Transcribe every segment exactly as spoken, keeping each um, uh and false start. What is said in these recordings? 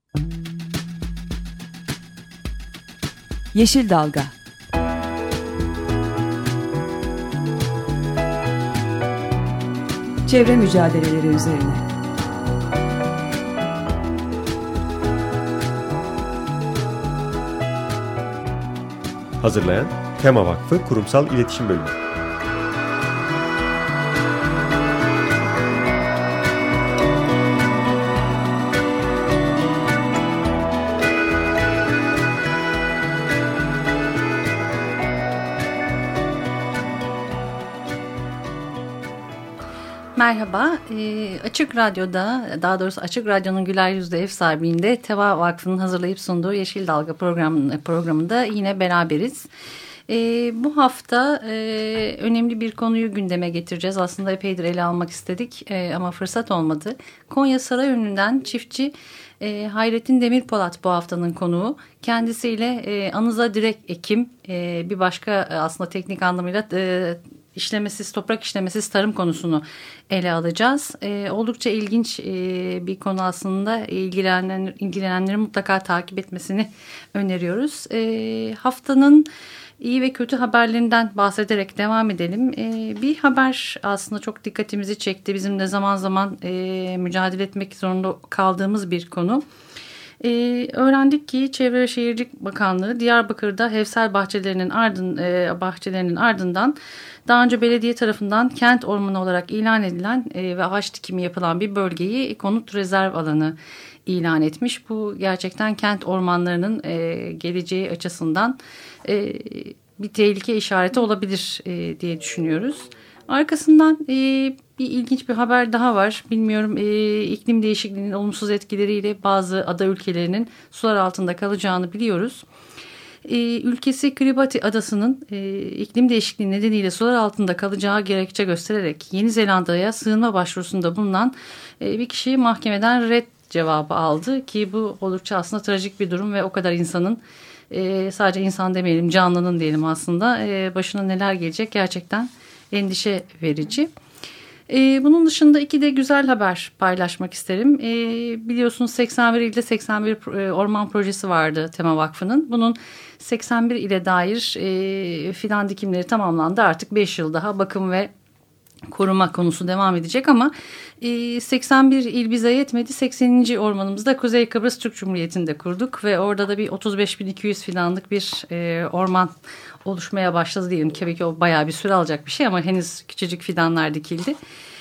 Yeşil Dalga. Çevre mücadeleleri üzerine. Hazırlayan Tema Vakfı Kurumsal İletişim Bölümü. Merhaba, e, Açık Radyo'da, daha doğrusu Açık Radyo'nun Güler Yüzlü ev sahibiğinde Tema Vakfı'nın hazırlayıp sunduğu Yeşil Dalga program, programında yine beraberiz. E, bu hafta e, önemli bir konuyu gündeme getireceğiz. Aslında epeydir ele almak istedik e, ama fırsat olmadı. Konya Sarayönü'nden çiftçi e, Hayrettin Demirpolat bu haftanın konuğu. Kendisiyle e, anıza direkt ekim, e, bir başka aslında teknik anlamıyla e, işlemesiz, toprak işlemesiz tarım konusunu ele alacağız. E, oldukça ilginç e, bir konu aslında. İlgilenen, ilgilenenlerin mutlaka takip etmesini öneriyoruz. E, haftanın iyi ve kötü haberlerinden bahsederek devam edelim. E, bir haber aslında çok dikkatimizi çekti. Bizim de zaman zaman e, mücadele etmek zorunda kaldığımız bir konu. Ee, öğrendik ki Çevre ve Şehircilik Bakanlığı Diyarbakır'da Hevsel bahçelerinin, ardın, e, bahçelerinin ardından daha önce belediye tarafından kent ormanı olarak ilan edilen e, ve ağaç dikimi yapılan bir bölgeyi konut rezerv alanı ilan etmiş. Bu gerçekten kent ormanlarının e, geleceği açısından e, bir tehlike işareti olabilir e, diye düşünüyoruz. Arkasından e, bir ilginç bir haber daha var. Bilmiyorum, e, iklim değişikliğinin olumsuz etkileriyle bazı ada ülkelerinin sular altında kalacağını biliyoruz. E, ülkesi Kiribati adasının e, iklim değişikliği nedeniyle sular altında kalacağı gerekçe göstererek Yeni Zelanda'ya sığınma başvurusunda bulunan e, bir kişi mahkemeden red cevabı aldı ki bu oldukça aslında trajik bir durum ve o kadar insanın, e, sadece insan demeyelim, canlının diyelim aslında, e, başına neler gelecek gerçekten endişe verici. Ee, bunun dışında iki de güzel haber paylaşmak isterim. Ee, biliyorsunuz seksen bir ilde seksen bir e, orman projesi vardı Tema Vakfı'nın. Bunun seksen bir ile dair e, fidan dikimleri tamamlandı. Artık beş yıl daha bakım ve koruma konusu devam edecek ama e, seksen bir il bize yetmedi. sekseninci ormanımızda Kuzey Kıbrıs Türk Cumhuriyeti'nde kurduk ve orada da bir otuz beş bin iki yüz fidanlık bir e, orman oluşmaya başladı diyelim. Tabii ki o bayağı bir süre alacak bir şey ama henüz küçücük fidanlar dikildi.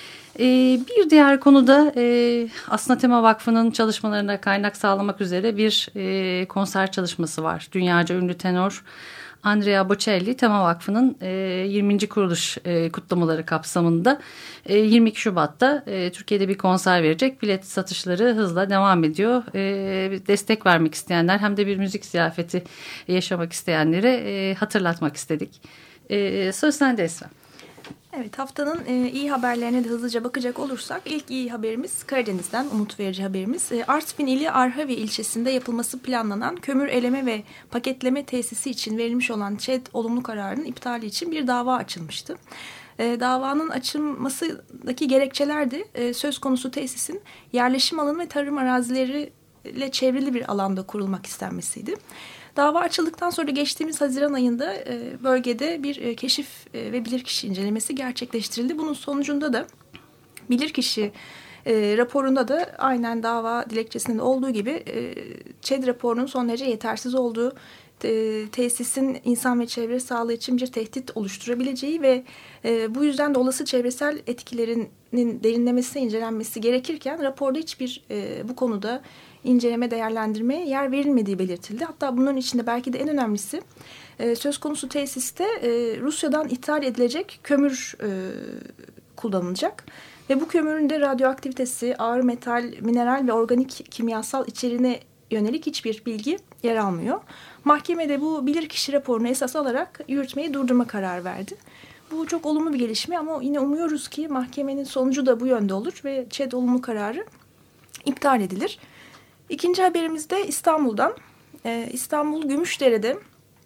Ee, bir diğer konuda e, aslında Tema Vakfı'nın çalışmalarına kaynak sağlamak üzere bir e, konser çalışması var. Dünyaca ünlü tenor Andrea Bocelli Tema Vakfı'nın e, yirminci kuruluş e, kutlamaları kapsamında e, yirmi iki Şubat'ta e, Türkiye'de bir konser verecek. Bilet satışları hızla devam ediyor. E, destek vermek isteyenler hem de bir müzik ziyafeti yaşamak isteyenlere e, hatırlatmak istedik. E, söz sende Esra. Evet, haftanın e, iyi haberlerine de hızlıca bakacak olursak ilk iyi haberimiz Karadeniz'den, umut verici haberimiz. E, Artvin ili Arhavi ilçesinde yapılması planlanan kömür eleme ve paketleme tesisi için verilmiş olan ÇED olumlu kararının iptali için bir dava açılmıştı. E, davanın açılmasındaki gerekçeler de e, söz konusu tesisin yerleşim alanı ve tarım arazileriyle çevrili bir alanda kurulmak istenmesiydi. Dava açıldıktan sonra geçtiğimiz Haziran ayında e, bölgede bir e, keşif e, ve bilirkişi incelemesi gerçekleştirildi. Bunun sonucunda da bilirkişi e, raporunda da aynen dava dilekçesinde olduğu gibi e, ÇED raporunun son derece yetersiz olduğu, e, tesisin insan ve çevre sağlığı için bir tehdit oluşturabileceği ve e, bu yüzden de olası çevresel etkilerinin derinlemesine incelenmesi gerekirken raporda hiçbir e, bu konuda inceleme, değerlendirmeye yer verilmediği belirtildi. Hatta bunların içinde belki de en önemlisi e, söz konusu tesiste e, Rusya'dan ithal edilecek kömür e, kullanılacak. Ve bu kömürün de radyoaktivitesi, ağır metal, mineral ve organik kimyasal içeriğine yönelik hiçbir bilgi yer almıyor. Mahkemede bu bilirkişi raporunu esas alarak yürütmeyi durdurma kararı verdi. Bu çok olumlu bir gelişme ama yine umuyoruz ki mahkemenin sonucu da bu yönde olur ve ÇED olumlu kararı iptal edilir. İkinci haberimiz de İstanbul'dan. Ee, İstanbul Gümüşdere'de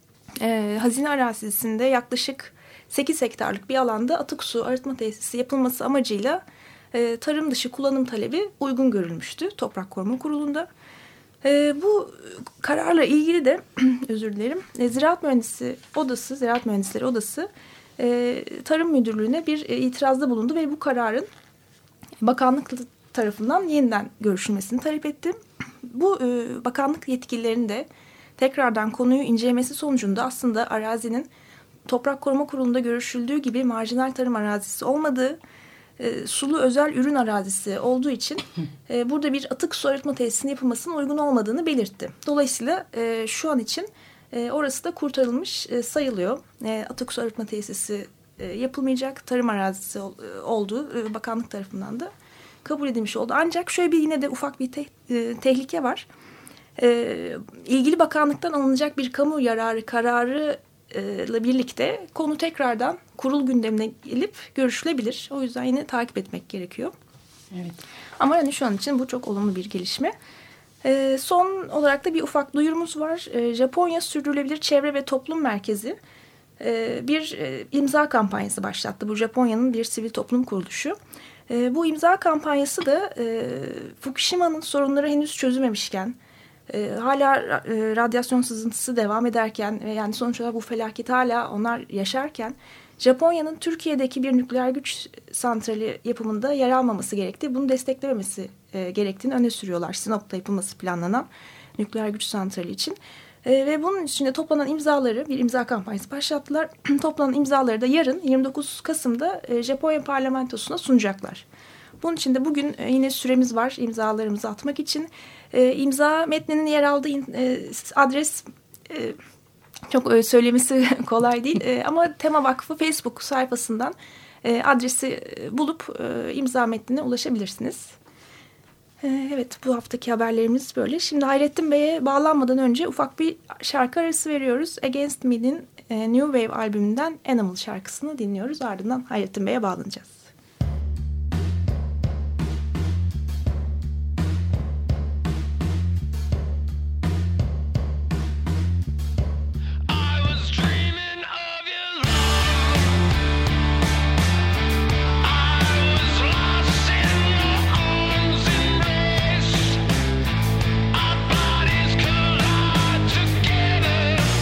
e, hazine arazisinde yaklaşık sekiz hektarlık bir alanda atık su arıtma tesisi yapılması amacıyla e, tarım dışı kullanım talebi uygun görülmüştü Toprak Koruma Kurulu'nda. E, bu kararla ilgili de özür dilerim. E, Ziraat Mühendisi Odası, Ziraat Mühendisleri Odası e, Tarım Müdürlüğü'ne bir e, itirazda bulundu ve bu kararın bakanlık tarafından yeniden görüşülmesini talep etti. Bu e, bakanlık yetkililerinin de tekrardan konuyu incelemesi sonucunda aslında arazinin Toprak Koruma Kurulu'nda görüşüldüğü gibi marjinal tarım arazisi olmadığı, e, sulu özel ürün arazisi olduğu için e, burada bir atık su arıtma tesisinin yapılmasının uygun olmadığını belirtti. Dolayısıyla e, şu an için e, orası da kurtarılmış e, sayılıyor. E, atık su arıtma tesisi e, yapılmayacak, tarım arazisi ol, e, olduğu e, bakanlık tarafından da kabul edilmiş oldu. Ancak şöyle bir yine de ufak bir te, e, tehlike var. E, ilgili bakanlıktan alınacak bir kamu yararı kararı ile birlikte konu tekrardan kurul gündemine gelip görüşülebilir. O yüzden yine takip etmek gerekiyor. Evet. Ama yani şu an için bu çok olumlu bir gelişme. E, son olarak da bir ufak duyurumuz var. E, Japonya Sürdürülebilir Çevre ve Toplum Merkezi e, bir e, imza kampanyası başlattı. Bu Japonya'nın bir sivil toplum kuruluşu. E, bu imza kampanyası da e, Fukushima'nın sorunları henüz çözülmemişken, E, hala e, radyasyon sızıntısı devam ederken ve yani sonuç olarak bu felaket hala onlar yaşarken Japonya'nın Türkiye'deki bir nükleer güç santrali yapımında yer almaması gerektiği, bunu desteklememesi e, gerektiğini öne sürüyorlar. Sinop'ta yapılması planlanan nükleer güç santrali için. E, ve bunun için toplanan imzaları, bir imza kampanyası başlattılar. Toplanan imzaları da yarın yirmi dokuz Kasım'da e, Japonya parlamentosuna sunacaklar. Bunun için de bugün yine süremiz var imzalarımızı atmak için. E, imza metninin yer aldığı e, adres e, çok öyle söylemesi kolay değil. E, ama Tema Vakfı Facebook sayfasından e, adresi bulup e, imza metnine ulaşabilirsiniz. E, evet, bu haftaki haberlerimiz böyle. Şimdi Hayrettin Bey'e bağlanmadan önce ufak bir şarkı arası veriyoruz. Against Me'nin e, New Wave albümünden Animal şarkısını dinliyoruz. Ardından Hayrettin Bey'e bağlanacağız.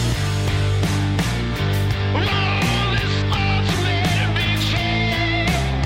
Whoa, this ultimate betrayal.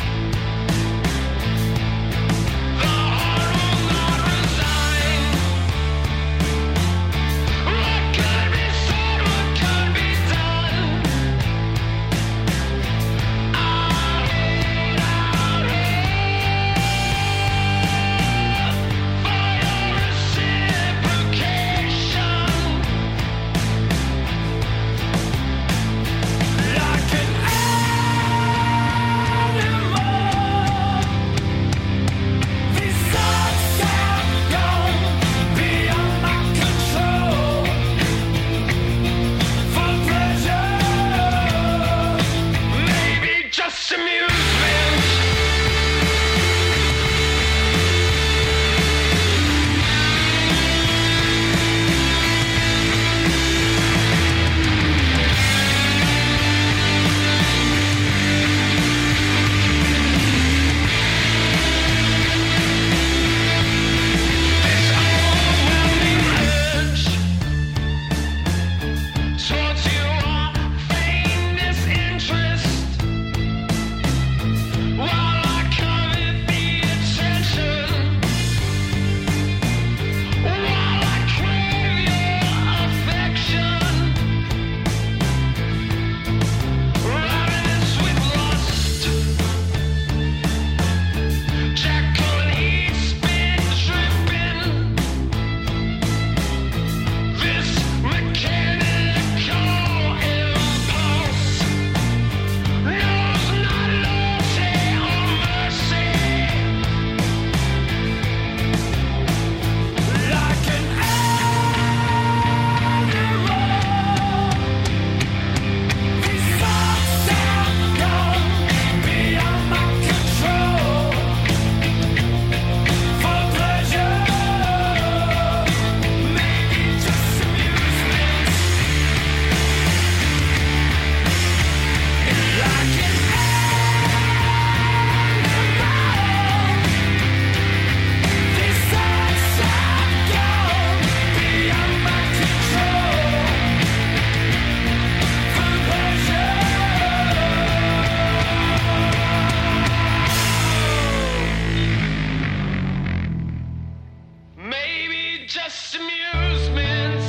just amusements.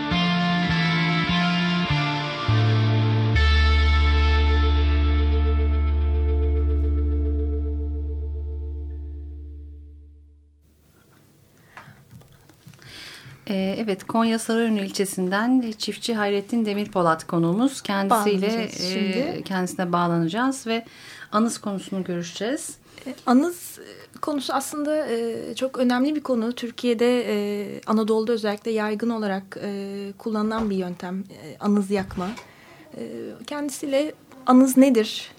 Evet, Konya Sarıönü ilçesinden çiftçi Hayrettin Demirpolat konuğumuz. Kendisiyle e, kendisine bağlanacağız ve anız konusunu görüşeceğiz. Anız konusu aslında e, çok önemli bir konu. Türkiye'de e, Anadolu'da özellikle yaygın olarak e, kullanılan bir yöntem. E, anız yakma. E, kendisiyle anız nedir?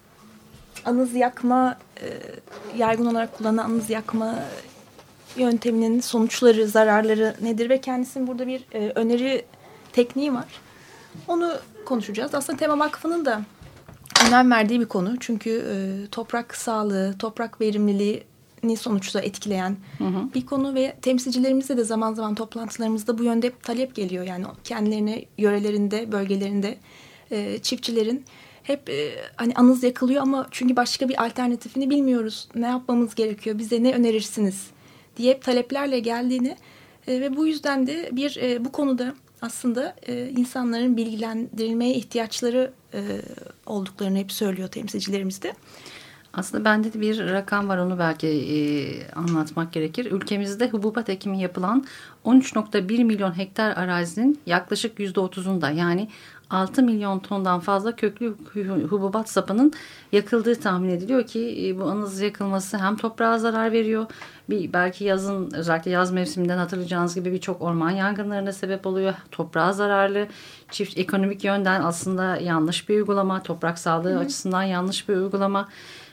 Anız yakma, e, yaygın olarak kullanılan anız yakma yönteminin sonuçları, zararları nedir ve kendisinin burada bir e, öneri tekniği var. Onu konuşacağız. Aslında Tema Vakfı'nın da önem verdiği bir konu. Çünkü e, toprak sağlığı, toprak verimliliğini sonuçta etkileyen hı hı. bir konu ve temsilcilerimizde de zaman zaman toplantılarımızda bu yönde talep geliyor. Yani kendilerine yörelerinde, bölgelerinde e, çiftçilerin hep e, hani anız yakılıyor ama çünkü başka bir alternatifini bilmiyoruz. Ne yapmamız gerekiyor? Bize ne önerirsiniz? diye hep taleplerle geldiğini e, ve bu yüzden de bir e, bu konuda aslında e, insanların bilgilendirilmeye ihtiyaçları e, olduklarını hep söylüyor temsilcilerimiz de. Aslında bende de bir rakam var, onu belki e, anlatmak gerekir. Ülkemizde hububat ekimi yapılan on üç nokta bir milyon hektar arazinin yaklaşık yüzde otuzunda yani altı milyon tondan fazla köklü hububat sapının yakıldığı tahmin ediliyor ki bu anız yakılması hem toprağa zarar veriyor. Bir, belki yazın, özellikle yaz mevsiminden hatırlayacağınız gibi birçok orman yangınlarına sebep oluyor. Toprağa zararlı, çift ekonomik yönden aslında yanlış bir uygulama, toprak sağlığı Hı. açısından yanlış bir uygulama.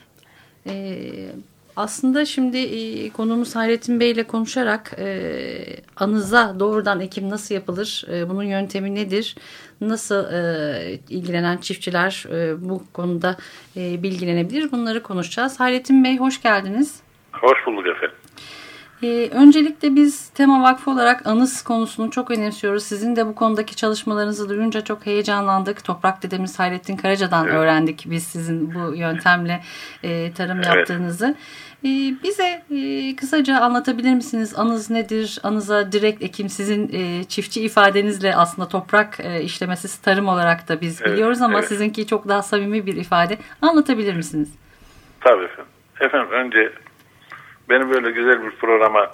Ee, aslında şimdi e, konuğumuz Hayrettin Bey ile konuşarak e, anıza doğrudan ekim nasıl yapılır, e, bunun yöntemi nedir, nasıl e, ilgilenen çiftçiler e, bu konuda e, bilgilenebilir, bunları konuşacağız. Hayrettin Bey, hoş geldiniz. Hoş bulduk efendim. Ee, öncelikle biz Tema Vakfı olarak anız konusunu çok önemsiyoruz. Sizin de bu konudaki çalışmalarınızı duyunca çok heyecanlandık. Toprak dedemiz Hayrettin Karaca'dan evet. öğrendik biz sizin bu yöntemle e, tarım evet. yaptığınızı. E, bize e, kısaca anlatabilir misiniz? Anız nedir? Anıza direkt ekim, sizin e, çiftçi ifadenizle aslında toprak e, işlemesi tarım olarak da biz evet. biliyoruz ama evet. sizinki çok daha samimi bir ifade. Anlatabilir misiniz? Tabii efendim. Efendim önce beni böyle güzel bir programa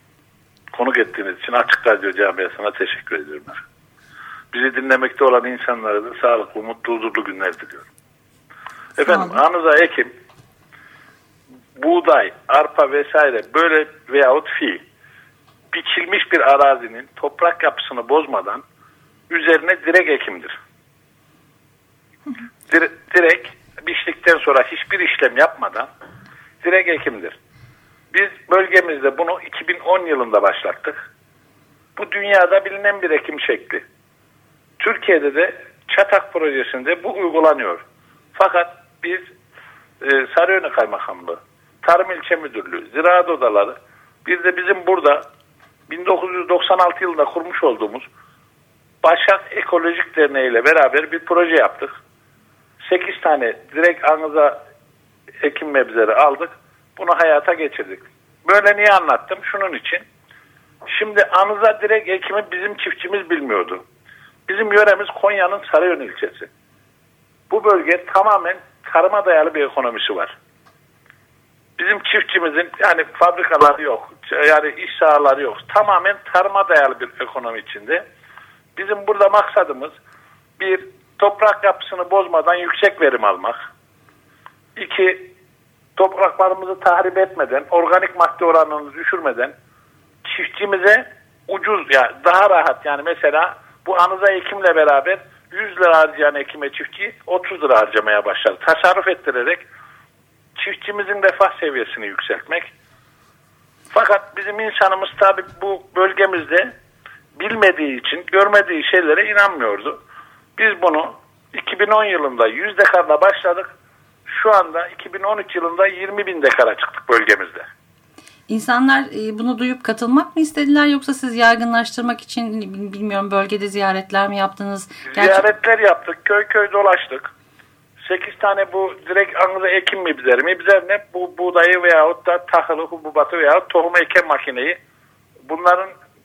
konuk ettiğiniz için Açık Radyo Camiası'na teşekkür ediyorum. Bizi dinlemekte olan insanlara da sağlıklı, mutlu, huzurlu günler diliyorum. Efendim anıza ekim, buğday, arpa vesaire böyle veyahut fi biçilmiş bir arazinin toprak yapısını bozmadan üzerine direkt ekimdir. Dire, direkt biçtikten sonra hiçbir işlem yapmadan direkt ekimdir. Biz bölgemizde bunu iki bin on yılında başlattık. Bu dünyada bilinen bir ekim şekli. Türkiye'de de Çatak projesinde bu uygulanıyor. Fakat biz e, Sarıönü Kaymakamlığı, Tarım İlçe Müdürlüğü, Ziraat Odaları, bir de bizim burada bin dokuz yüz doksan altı yılında kurmuş olduğumuz Başak Ekolojik Derneği ile beraber bir proje yaptık. sekiz tane direkt anıza ekim mebzeri aldık. Bunu hayata geçirdik. Böyle niye anlattım? Şunun için. Şimdi anıza direkt ekimi bizim çiftçimiz bilmiyordu. Bizim yöremiz Konya'nın Sarıönü ilçesi. Bu bölge tamamen tarıma dayalı bir ekonomisi var. Bizim çiftçimizin yani fabrikaları yok. Yani iş sahaları yok. Tamamen tarıma dayalı bir ekonomi içinde. Bizim burada maksadımız bir, toprak yapısını bozmadan yüksek verim almak. İki, topraklarımızı tahrip etmeden, organik madde oranını düşürmeden çiftçimize ucuz yani daha rahat yani mesela bu anıza ekimle beraber yüz lira harcayan ekime çiftçi otuz lira harcamaya başladı. Tasarruf ettirerek çiftçimizin refah seviyesini yükseltmek. Fakat bizim insanımız tabi bu bölgemizde bilmediği için görmediği şeylere inanmıyordu. Biz bunu iki bin on yılında yüz dekarla başladık. Şu anda iki bin on üç yılında yirmi bin dekara çıktık bölgemizde. İnsanlar bunu duyup katılmak mı istediler yoksa siz yaygınlaştırmak için bilmiyorum bölgede ziyaretler mi yaptınız? Ziyaretler Gerçi... yaptık. Köy köy dolaştık. sekiz tane bu direkt anıza ekim mibzeri. Mibzer ne? Bu buğdayı veyahut da tahılı, hububatı veyahut tohum eken makineyi. Bunların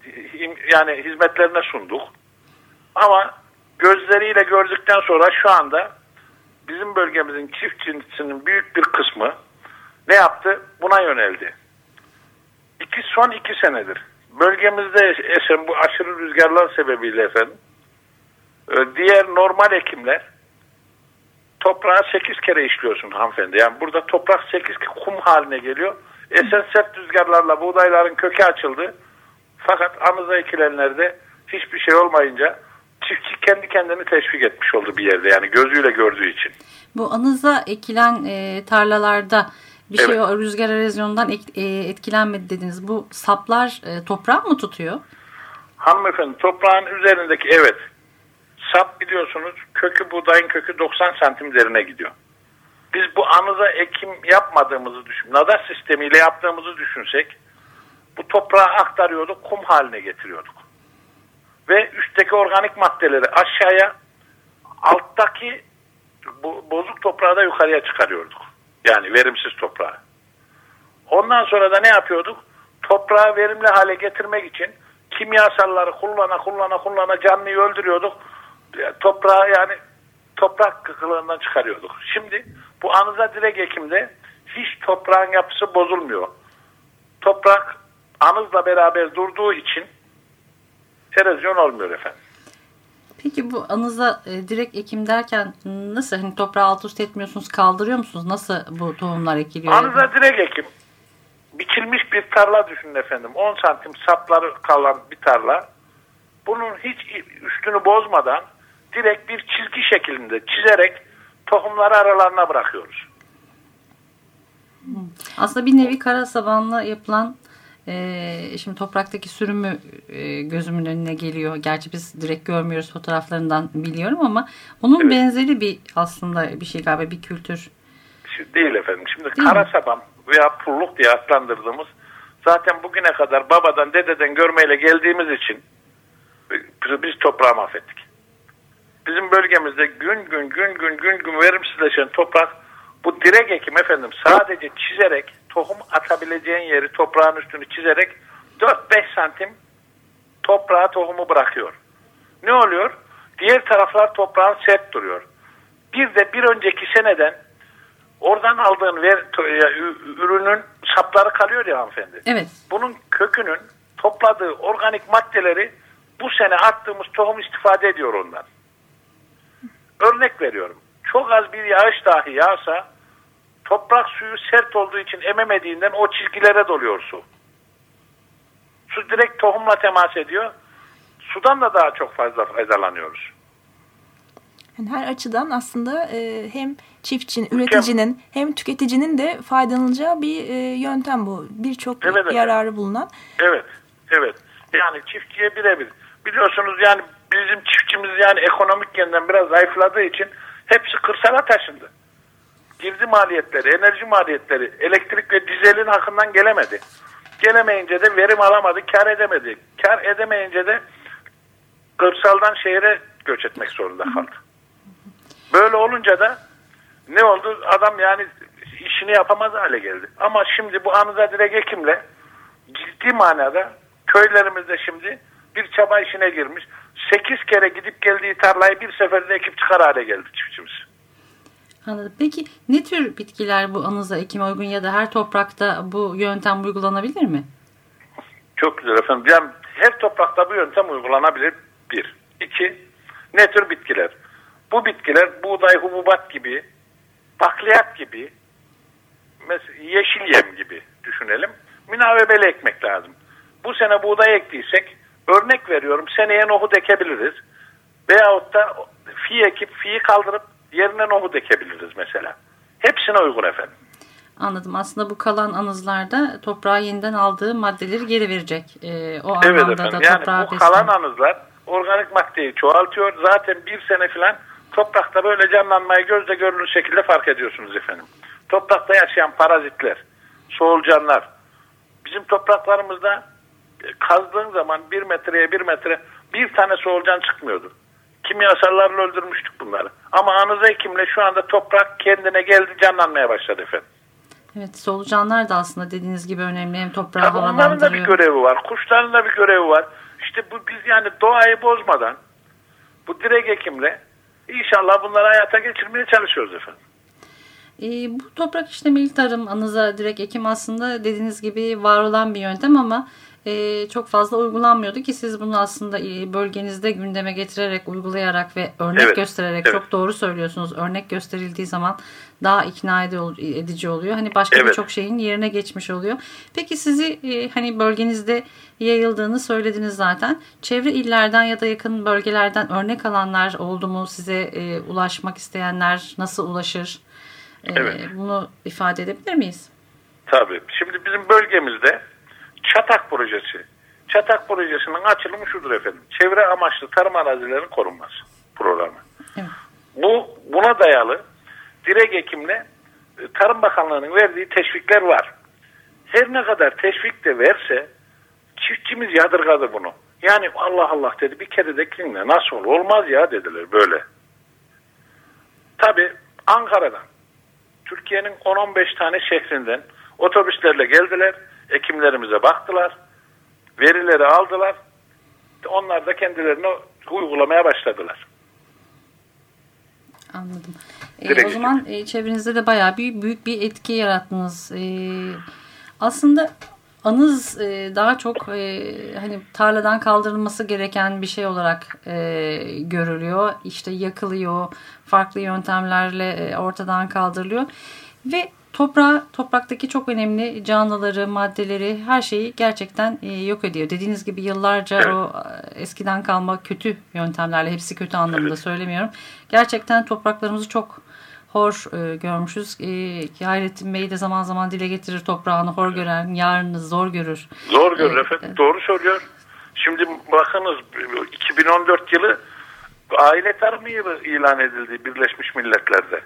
yani hizmetlerine sunduk. Ama gözleriyle gördükten sonra şu anda bizim bölgemizin çiftçisinin büyük bir kısmı ne yaptı? Buna yöneldi. İki, son iki senedir bölgemizde esen bu aşırı rüzgarlar sebebiyle efendim diğer normal ekimler toprağı sekiz kere işliyorsun hanımefendi. Yani burada toprak sekiz kum haline geliyor. Esen sert rüzgarlarla buğdayların kökü açıldı. Fakat anıza ekilenlerde hiçbir şey olmayınca çiftçi kendi kendini teşvik etmiş oldu bir yerde. Yani gözüyle gördüğü için. Bu anıza ekilen e, tarlalarda bir evet. şey o rüzgar erozyonundan et, e, etkilenmedi dediniz. Bu saplar e, toprağı mı tutuyor? Hanımefendi toprağın üzerindeki evet. Sap biliyorsunuz kökü buğdayın kökü doksan santim derine gidiyor. Biz bu anıza ekim yapmadığımızı düşün, nadar sistemiyle yaptığımızı düşünsek bu toprağı aktarıyorduk, kum haline getiriyorduk. Ve üstteki organik maddeleri aşağıya, alttaki bu, bozuk toprağı da yukarıya çıkarıyorduk. Yani verimsiz toprağı. Ondan sonra da ne yapıyorduk? Toprağı verimli hale getirmek için kimyasalları kullana kullana kullana canlıyı öldürüyorduk. Toprağı yani toprak kıkılığından çıkarıyorduk. Şimdi bu anıza direk ekimde hiç toprağın yapısı bozulmuyor. Toprak anızla beraber durduğu için erozyon olmuyor efendim. Peki bu anıza e, direkt ekim derken nasıl? Hani toprağı alt üst etmiyorsunuz, kaldırıyor musunuz? Nasıl bu tohumlar ekiliyor? Anıza direkt ekim. Biçilmiş bir tarla düşünün efendim. on santim sapları kalan bir tarla. Bunun hiç üstünü bozmadan direkt bir çizgi şeklinde çizerek tohumları aralarına bırakıyoruz. Aslında bir nevi kara sabanla yapılan e, şimdi topraktaki sürümü e, gözümün önüne geliyor. Gerçi biz direkt görmüyoruz, fotoğraflarından biliyorum ama onun evet. benzeri bir aslında bir şey galiba, bir kültür. Değil efendim. Şimdi Değil kara mi? saban veya pulluk diye adlandırdığımız zaten bugüne kadar babadan dededen görmeyle geldiğimiz için biz toprağı mahvettik. Bizim bölgemizde gün gün gün gün gün gün verimsizleşen toprak bu direk ekim efendim sadece çizerek tohum atabileceğin yeri toprağın üstünü çizerek dört beş santim toprağa tohumu bırakıyor. Ne oluyor? Diğer taraflar toprağın sert duruyor. Bir de bir önceki seneden oradan aldığın ver, ürünün sapları kalıyor ya hanımefendi. Evet. Bunun kökünün topladığı organik maddeleri bu sene attığımız tohum istifade ediyor ondan. Örnek veriyorum. Çok az bir yağış dahi yağsa toprak suyu sert olduğu için ememediğinden o çizgilere doluyor su. Su direkt tohumla temas ediyor. Sudan da daha çok fazla faydalanıyoruz. Yani her açıdan aslında e, hem çiftçinin, üreticinin hem tüketicinin de faydalanacağı bir e, yöntem bu. Birçok evet, yararı evet. bulunan. Evet, evet. Yani çiftçiye birebir. Biliyorsunuz yani bizim çiftçimiz yani ekonomik yönden biraz zayıfladığı için hepsi kırsala taşındı. Girdi maliyetleri, enerji maliyetleri, elektrik ve dizelin hakkından gelemedi. Gelemeyince de verim alamadı, kar edemedi. Kar edemeyince de kırsaldan şehre göç etmek zorunda kaldı. Böyle olunca da ne oldu? Adam yani işini yapamaz hale geldi. Ama şimdi bu anıza direk ekimle ciddi manada köylerimizde şimdi bir çaba işine girmiş. sekiz kere gidip geldiği tarlayı bir seferde ekip çıkar hale geldi çiftçimiz. Anladım. Peki ne tür bitkiler bu anıza ekime uygun ya da her toprakta bu yöntem uygulanabilir mi? Çok güzel efendim. Yani her toprakta bu yöntem uygulanabilir. Bir. İki. Ne tür bitkiler? Bu bitkiler buğday, hububat gibi, bakliyat gibi, mesela yeşil yem gibi düşünelim. Münavebeli ekmek lazım. Bu sene buğday ektiysek örnek veriyorum seneye nohut ekebiliriz. Veyahut da fi ekip fiyi kaldırıp yerine nohut ekebiliriz mesela. Hepsine uygun efendim. Anladım. Aslında bu kalan anızlarda toprağa yeniden aldığı maddeleri geri verecek. Ee, o evet anlamda efendim. da Yani toprağa bu beslen. kalan anızlar organik maddeyi çoğaltıyor. Zaten bir sene falan toprakta böyle canlanmayı gözle görülür şekilde fark ediyorsunuz efendim. Toprakta yaşayan parazitler, soğulcanlar. Bizim topraklarımızda kazdığın zaman bir metreye bir metre bir tane soğulcan çıkmıyordu. Kimyasallarla öldürmüştük bunları. Ama anıza ekimle şu anda toprak kendine geldi, canlanmaya başladı efendim. Evet, solucanlar da aslında dediğiniz gibi önemli. Hem toprağı Tabii havalandırıyor. onların da bir görevi var. Kuşların da bir görevi var. İşte bu biz yani doğayı bozmadan bu direk ekimle inşallah bunları hayata geçirmeye çalışıyoruz efendim. E, bu toprak işlemeli tarım, anıza direkt ekim aslında dediğiniz gibi var olan bir yöntem ama e, çok fazla uygulanmıyordu ki siz bunu aslında e, bölgenizde gündeme getirerek, uygulayarak ve örnek evet, göstererek, evet. çok doğru söylüyorsunuz. Örnek gösterildiği zaman daha ikna edici oluyor. Hani başka evet. birçok şeyin yerine geçmiş oluyor. Peki sizi e, hani bölgenizde yayıldığını söylediniz zaten. Çevre illerden ya da yakın bölgelerden örnek alanlar oldu mu? Size e, ulaşmak isteyenler nasıl ulaşır? E, evet. Bunu ifade edebilir miyiz? Tabii. Şimdi bizim bölgemizde Çatak Projesi. Çatak Projesi'nin açılımı şudur efendim. Çevre amaçlı tarım arazilerinin korunması programı. Evet. Bu buna dayalı direk ekimle Tarım Bakanlığı'nın verdiği teşvikler var. Her ne kadar teşvik de verse çiftçimiz yadırgadı bunu. Yani Allah Allah dedi, bir kere de ekinle nasıl olur? Olmaz ya dediler böyle. Tabii Ankara'dan, Türkiye'nin on on beş tane şehrinden otobüslerle geldiler. Ekimlerimize baktılar. Verileri aldılar. Onlar da kendilerini uygulamaya başladılar. Anladım. E, o zaman e, çevrenizde de bayağı bir büyük bir etki yarattınız. E, aslında anız e, daha çok e, hani tarladan kaldırılması gereken bir şey olarak e, görülüyor. İşte yakılıyor, farklı yöntemlerle e, ortadan kaldırılıyor ve toprağı, topraktaki çok önemli canlıları, maddeleri, her şeyi gerçekten e, yok ediyor. Dediğiniz gibi yıllarca evet. o eskiden kalma kötü yöntemlerle, hepsi kötü anlamında evet. söylemiyorum. Gerçekten topraklarımızı çok hor e, görmüşüz. E, Hayrettin Bey de zaman zaman dile getirir, toprağını hor gören yarını zor görür. Zor görür e, efendim. E, Doğru söylüyor. Şimdi bakınız iki bin on dört yılı aile tarımı yılı ilan edildi Birleşmiş Milletler'de.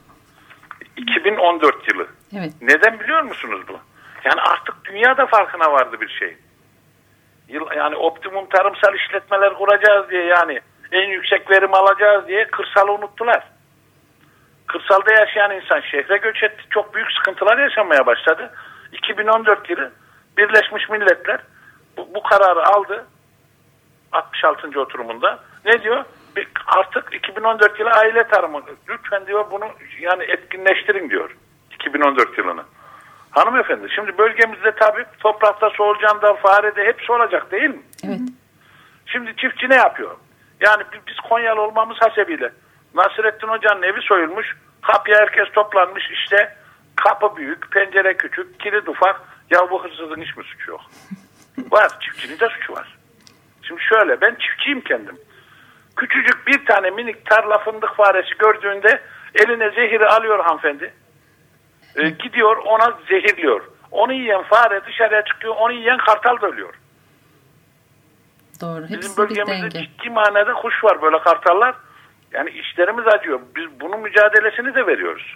iki bin on dört yılı. Evet. Neden biliyor musunuz bu? Yani artık dünya da farkına vardı bir şey. Yani optimum tarımsal işletmeler kuracağız diye, yani en yüksek verim alacağız diye kırsalı unuttular. Kırsalda yaşayan insan şehre göç etti. Çok büyük sıkıntılar yaşamaya başladı. iki bin on dört yılı Birleşmiş Milletler bu, bu kararı aldı. altmış altıncı oturumunda. Ne diyor? Artık iki bin on dört yılı aile tarımı. Lütfen diyor bunu yani etkinleştirin diyor. iki bin on dört yılını. Hanımefendi, şimdi bölgemizde tabii toprakta, solucanda, farede hepsi olacak değil mi? Evet. Şimdi çiftçi ne yapıyor? Yani biz Konyalı olmamız hasebiyle Nasrettin Hoca'nın evi soyulmuş. Kapıya herkes toplanmış, işte kapı büyük, pencere küçük, kilit ufak. Ya bu hırsızın hiç mi suçu yok? Var. Çiftçinin de suçu var. Şimdi şöyle, ben çiftçiyim kendim. Küçücük bir tane minik tarla fındık faresi gördüğünde eline zehiri alıyor hanımefendi. Ee, gidiyor ona zehirliyor. Onu yiyen fare dışarıya çıkıyor. Onu yiyen kartal da ölüyor. Doğru. Bizim bölgemizde ciddi manada kuş var, böyle kartallar. Yani işlerimiz acıyor. Biz bunun mücadelesini de veriyoruz.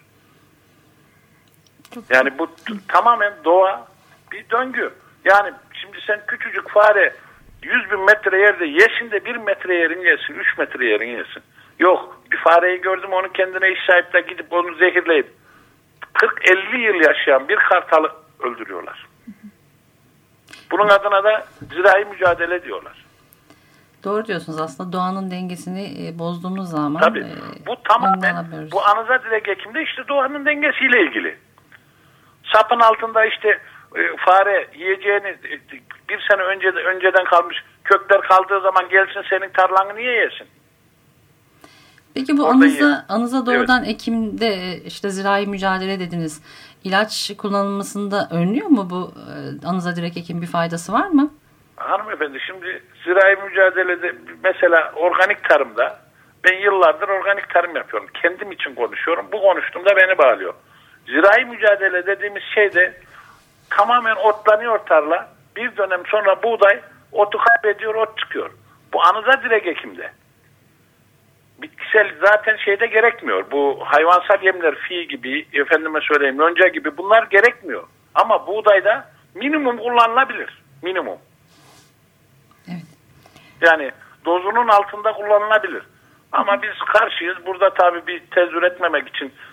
Yani bu t- tamamen doğa bir döngü. Yani şimdi sen küçücük fare yüz bin metre yerde yesin de bir metre yerin yesin, üç metre yerin yesin. Yok, bir fareyi gördüm, onu kendine iş sahip de gidip onu zehirleyip kırk elli yıl yaşayan bir kartalı öldürüyorlar. Bunun adına da zirai mücadele diyorlar. Doğru diyorsunuz, aslında doğanın dengesini e, bozduğumuz zaman. Tabii. E, bu tamamen bu anıza direk ekimde işte doğanın dengesiyle ilgili. Sapın altında işte e, fare yiyeceğini e, bir sene önce önceden kalmış kökler kaldığı zaman gelsin senin tarlanı niye yesin? Peki bu anıza, anıza doğrudan evet. ekimde işte zirai mücadele dediniz. İlaç kullanılmasında önlüyor mu bu e, anıza direkt ekim, bir faydası var mı? Hanımefendi, şimdi zirai mücadelede mesela organik tarımda ben yıllardır organik tarım yapıyorum. Kendim için konuşuyorum. Bu konuştuğumda beni bağlıyor. Zirai mücadele dediğimiz şey de tamamen otlanıyor tarla. Bir dönem sonra buğday otu kaybediyor, ot çıkıyor. Bu anıza direk ekimde. Bitkisel zaten şeyde gerekmiyor. Bu hayvansal yemler, fi gibi, efendime söyleyeyim yonca gibi bunlar gerekmiyor. Ama buğdayda minimum kullanılabilir. Minimum. Evet. Yani dozunun altında kullanılabilir. Ama biz karşıyız. Burada tabii bir tez üretmemek için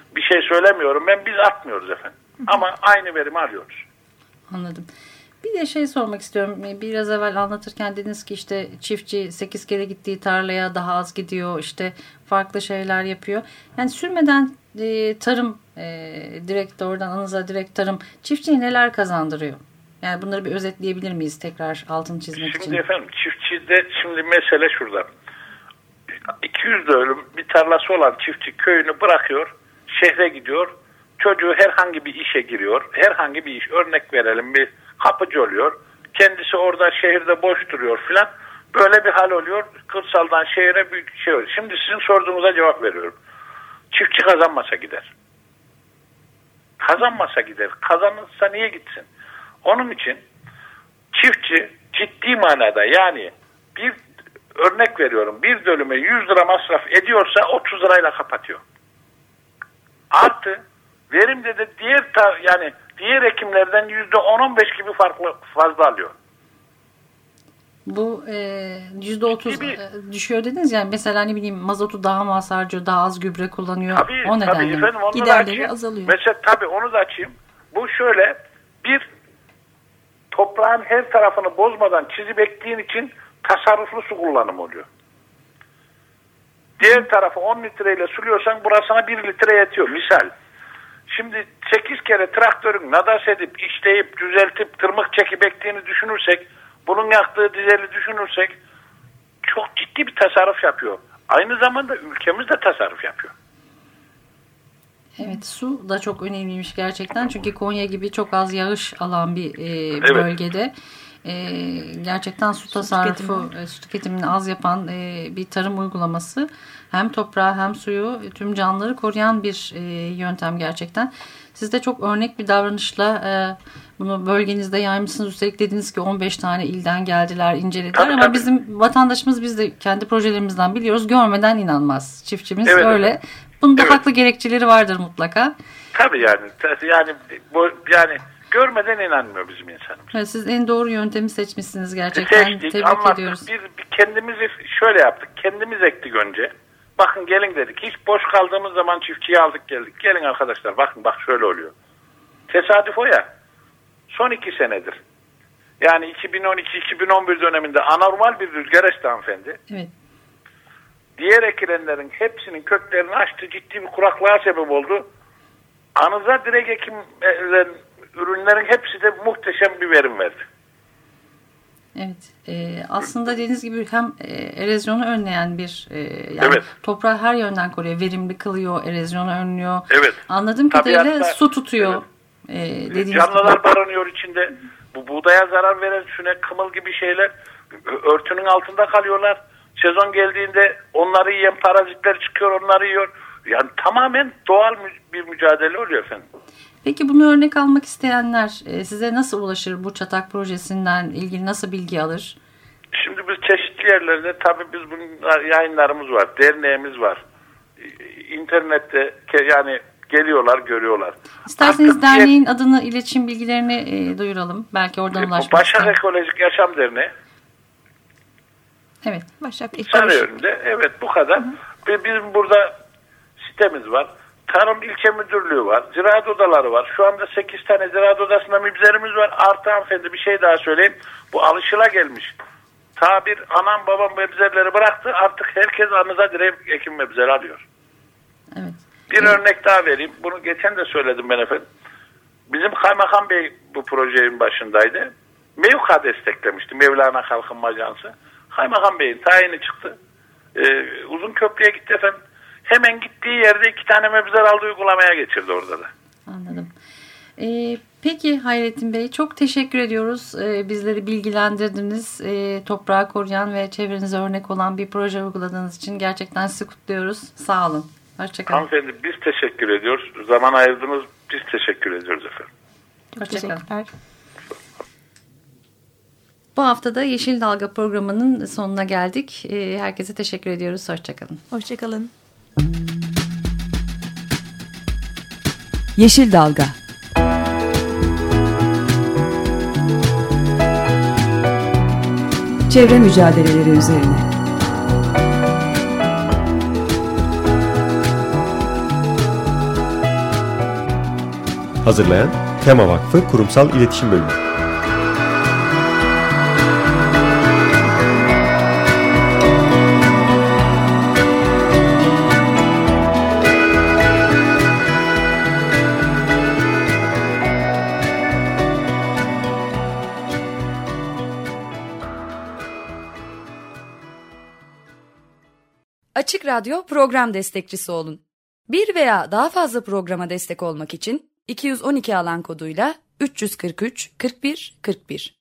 bir şey söylemiyorum ben, biz atmıyoruz efendim. Ama aynı verimi alıyoruz. Anladım. Bir de şey sormak istiyorum. Biraz evvel anlatırken dediniz ki işte çiftçi sekiz kere gittiği tarlaya daha az gidiyor. İşte farklı şeyler yapıyor. Yani sürmeden e, tarım e, direkt oradan anıza direkt tarım çiftçiye neler kazandırıyor? Yani bunları bir özetleyebilir miyiz tekrar altını çizmek şimdi için? Şimdi efendim çiftçide şimdi mesele şurada. iki yüz dönüm bir tarlası olan çiftçi köyünü bırakıyor. Şehre gidiyor. Çocuğu herhangi bir işe giriyor. Herhangi bir iş, örnek verelim, bir kapıcı oluyor. Kendisi orada şehirde boş duruyor filan. Böyle bir hal oluyor. Kırsaldan şehire büyük şey oluyor. Şimdi sizin sorduğunuza cevap veriyorum. Çiftçi kazanmasa gider. Kazanmasa gider. Kazanırsa niye gitsin? Onun için çiftçi ciddi manada, yani bir örnek veriyorum, bir dönüme yüz lira masraf ediyorsa otuz lirayla kapatıyor. Artı verimde de diğer ta, yani diğer ekimlerden yüzde on on beş gibi farklı fazla alıyor. Bu yüzde otuz düşüyor dediniz, yani mesela ne bileyim mazotu daha mı az harcıyor, daha az gübre kullanıyor, tabii, o nedenle tabii efendim, onu giderleri azalıyor. Mesela tabii onu da açayım. Bu şöyle, bir toprağın her tarafını bozmadan çizip ektiğin için tasarruflu su kullanımı oluyor. Diğer tarafı on litreyle suluyorsan burasına bir litre yetiyor misal. Şimdi sekiz kere traktörün nadas edip, işleyip, düzeltip, tırmık çekip ektiğini düşünürsek, bunun yaktığı dizeli düşünürsek çok ciddi bir tasarruf yapıyor. Aynı zamanda ülkemiz de tasarruf yapıyor. Evet, su da çok önemliymiş gerçekten. Çünkü Konya gibi çok az yağış alan bir e, evet. bölgede e, gerçekten su tasarrufu, e, su tüketimini az yapan e, bir tarım uygulaması hem toprağı hem suyu, tüm canlıları koruyan bir e, yöntem gerçekten. Siz de çok örnek bir davranışla e, bunu bölgenizde yaymışsınız. Üstelik dediniz ki on beş tane ilden geldiler, incelediler. Tabii, ama tabii. Bizim vatandaşımız, biz de kendi projelerimizden biliyoruz, görmeden inanmaz. Çiftçimiz evet, öyle. Evet. Bunun da evet. haklı gerekçeleri vardır mutlaka. Tabii yani yani bu yani görmeden inanmıyor bizim insanımız. Evet, siz en doğru yöntemi seçmişsiniz gerçekten. Seçtik, tebrik anlattık. ediyoruz. Biz bir kendimizi şöyle yaptık. Kendimiz ektik önce. Bakın gelin dedik. Hiç boş kaldığımız zaman çiftçiyi aldık geldik. Gelin arkadaşlar bakın bak şöyle oluyor. Tesadüf o ya. Son iki senedir. Yani iki bin on iki iki bin on bir döneminde anormal bir rüzgar esti hanımefendi. Evet. Diğer ekilenlerin hepsinin köklerini açtı. Ciddi bir kuraklığa sebep oldu. Anıza direkt ekim ürünlerin hepsi de muhteşem bir verim verdi. Evet. E, aslında dediğiniz gibi hem e, erozyonu önleyen bir e, yani evet. toprağı her yönden koruyor. Verimli kılıyor, erozyonu önlüyor. Evet. Anladığım kadarıyla su tutuyor. Evet. E, Canlılar gibi barınıyor içinde. Bu buğdaya zarar veren sünek, kımıl gibi şeyler örtünün altında kalıyorlar. Sezon geldiğinde onları yiyen parazitler çıkıyor, onları yiyor. Yani tamamen doğal bir mücadele oluyor efendim. Peki bunu örnek almak isteyenler size nasıl ulaşır? Bu Çatak projesinden ilgili nasıl bilgi alır? Şimdi biz çeşitli yerlerde, tabii biz bunlar yayınlarımız var, derneğimiz var. İnternette yani geliyorlar, görüyorlar. İsterseniz Artık derneğin diye, adını, iletişim bilgilerini e, duyuralım. Belki oradan ulaşmak Başak Ekolojik Yaşam Derneği. Evet. Başak Sarıyer'de. Evet, bu kadar. Ve bizim burada sitemiz var. Tarım İlçe Müdürlüğü var. Ziraat odaları var. Şu anda sekiz tane ziraat odasında mübzerimiz var. Artı hanımefendi bir şey daha söyleyeyim. Bu alışılagelmiş. Tabir anam babam mübzerleri bıraktı. Artık herkes anıza direkt ekim mübzeri alıyor. Evet. Bir evet. örnek daha vereyim. Bunu geçen de söyledim ben efendim. Bizim Kaymakam Bey bu projenin başındaydı. Mevka desteklemişti. Mevlana Kalkınma Ajansı. Kaymakam Bey'in tayini çıktı. Ee, uzun köprüye gitti efendim. Hemen gittiği yerde iki tane mebzer aldı, uygulamaya geçirdi orada da. Anladım. Ee, peki Hayrettin Bey, çok teşekkür ediyoruz. Ee, bizleri bilgilendirdiniz. Ee, toprağı koruyan ve çevrenize örnek olan bir proje uyguladığınız için gerçekten sizi kutluyoruz. Sağ olun. Hoşçakalın. Hanımefendi biz teşekkür ediyoruz. Zaman ayırdınız, biz teşekkür ediyoruz efendim. Çok teşekkürler. Bu haftada Yeşil Dalga programının sonuna geldik. Herkese teşekkür ediyoruz. Hoşçakalın. Hoşçakalın. Yeşil Dalga. Çevre mücadeleleri üzerine. Hazırlayan Tema Vakfı Kurumsal İletişim Bölümü. Açık Radyo program destekçisi olun. Bir veya daha fazla programa destek olmak için iki yüz on iki alan koduyla üç yüz kırk üç kırk bir kırk bir